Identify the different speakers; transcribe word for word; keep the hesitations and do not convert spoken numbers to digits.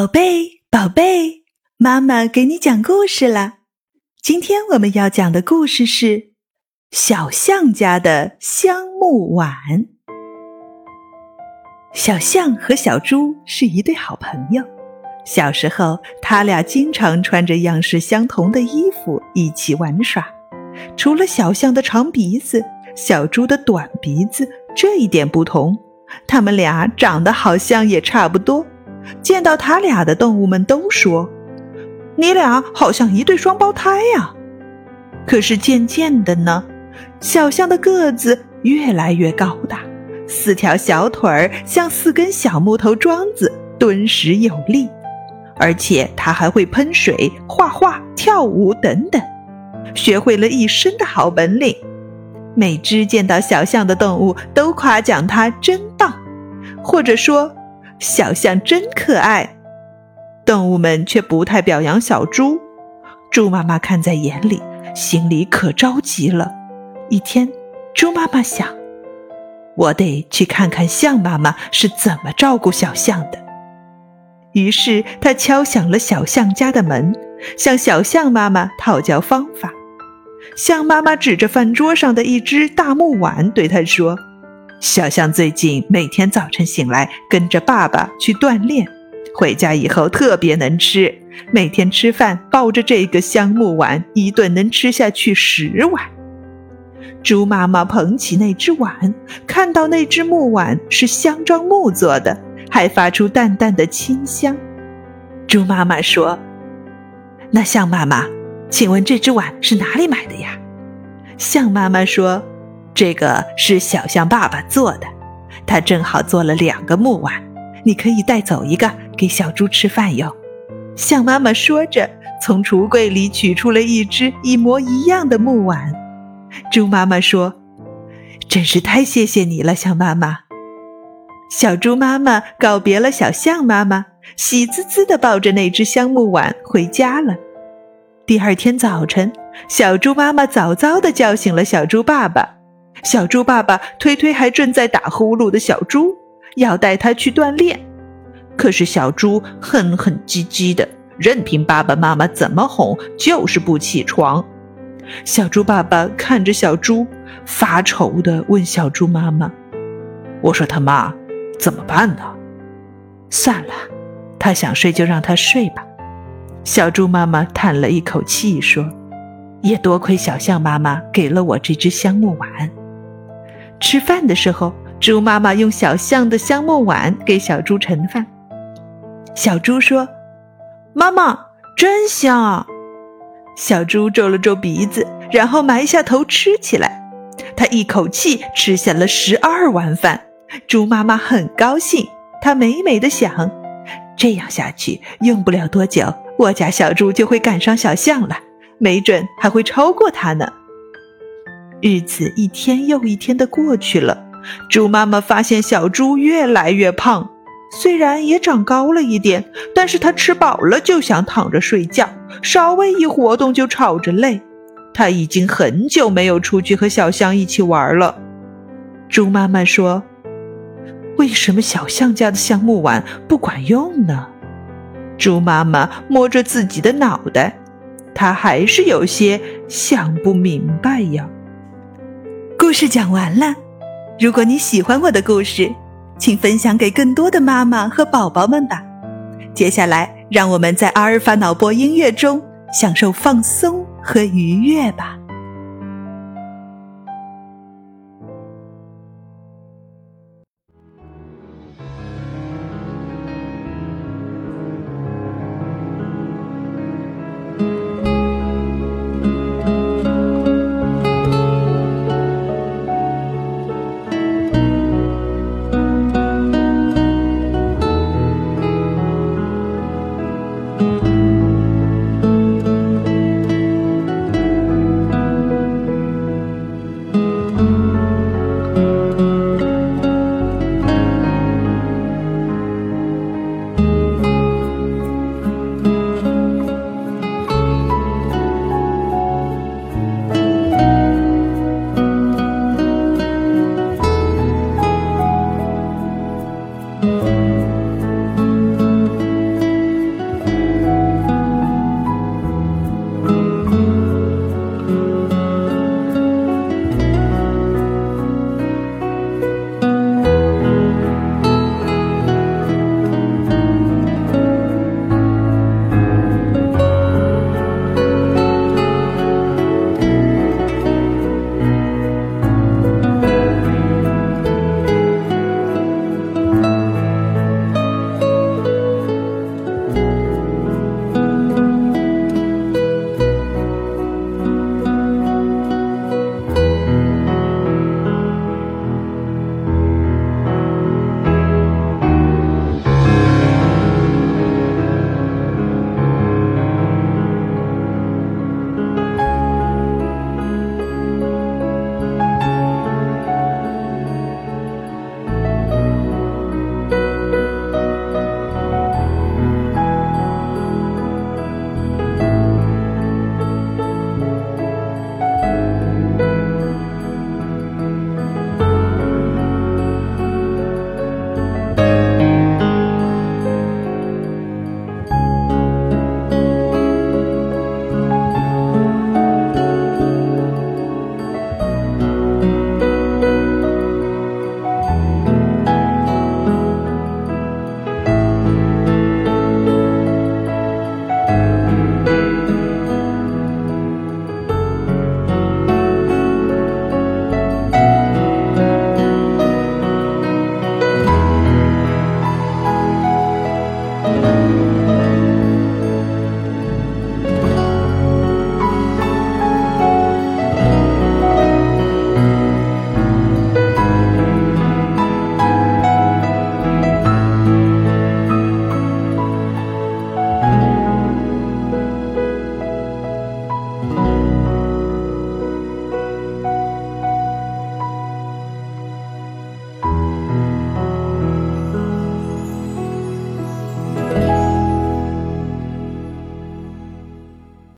Speaker 1: 宝贝，宝贝，妈妈给你讲故事了。今天我们要讲的故事是小象家的香木碗。小象和小猪是一对好朋友，小时候他俩经常穿着样式相同的衣服一起玩耍。除了小象的长鼻子，小猪的短鼻子这一点不同，他们俩长得好像也差不多。见到他俩的动物们都说，你俩好像一对双胞胎呀。可是渐渐的呢，小象的个子越来越高大，四条小腿儿像四根小木头桩子，敦实有力。而且他还会喷水、画画、跳舞等等，学会了一身的好本领。每只见到小象的动物都夸奖它真棒，或者说小象真可爱。动物们却不太表扬小猪，猪妈妈看在眼里，心里可着急了。一天，猪妈妈想，我得去看看象妈妈是怎么照顾小象的。于是她敲响了小象家的门，向小象妈妈讨教方法。象妈妈指着饭桌上的一只大木碗对她说，小象最近每天早晨醒来跟着爸爸去锻炼，回家以后特别能吃，每天吃饭抱着这个香木碗，一顿能吃下去十碗。猪妈妈捧起那只碗，看到那只木碗是香樟木做的，还发出淡淡的清香。猪妈妈说，那象妈妈，请问这只碗是哪里买的呀？象妈妈说，这个是小象爸爸做的，他正好做了两个木碗，你可以带走一个给小猪吃饭用。象妈妈说着，从橱柜里取出了一只一模一样的木碗。猪妈妈说，真是太谢谢你了，象妈妈。小猪妈妈告别了小象妈妈，喜滋滋地抱着那只香木碗回家了。第二天早晨，小猪妈妈早早地叫醒了小猪爸爸。小猪爸爸推推还正在打呼噜的小猪，要带他去锻炼。可是小猪哼哼唧唧的，任凭爸爸妈妈怎么哄，就是不起床。小猪爸爸看着小猪，发愁地问小猪妈妈，我说他妈，怎么办呢？算了，他想睡就让他睡吧。小猪妈妈叹了一口气说，也多亏小象妈妈给了我这只香木碗。吃饭的时候，猪妈妈用小象的香木碗给小猪盛饭。小猪说，妈妈，真香啊。小猪皱了皱鼻子，然后埋下头吃起来。他一口气吃下了十二碗饭。猪妈妈很高兴，她美美地想，这样下去，用不了多久，我家小猪就会赶上小象了，没准还会超过它呢。日子一天又一天地过去了，猪妈妈发现小猪越来越胖，虽然也长高了一点，但是它吃饱了就想躺着睡觉，稍微一活动就吵着累。它已经很久没有出去和小象一起玩了。猪妈妈说，为什么小象家的香木碗不管用呢？猪妈妈摸着自己的脑袋，她还是有些想不明白呀。故事讲完了，如果你喜欢我的故事，请分享给更多的妈妈和宝宝们吧。接下来，让我们在阿尔法脑波音乐中享受放松和愉悦吧。 了。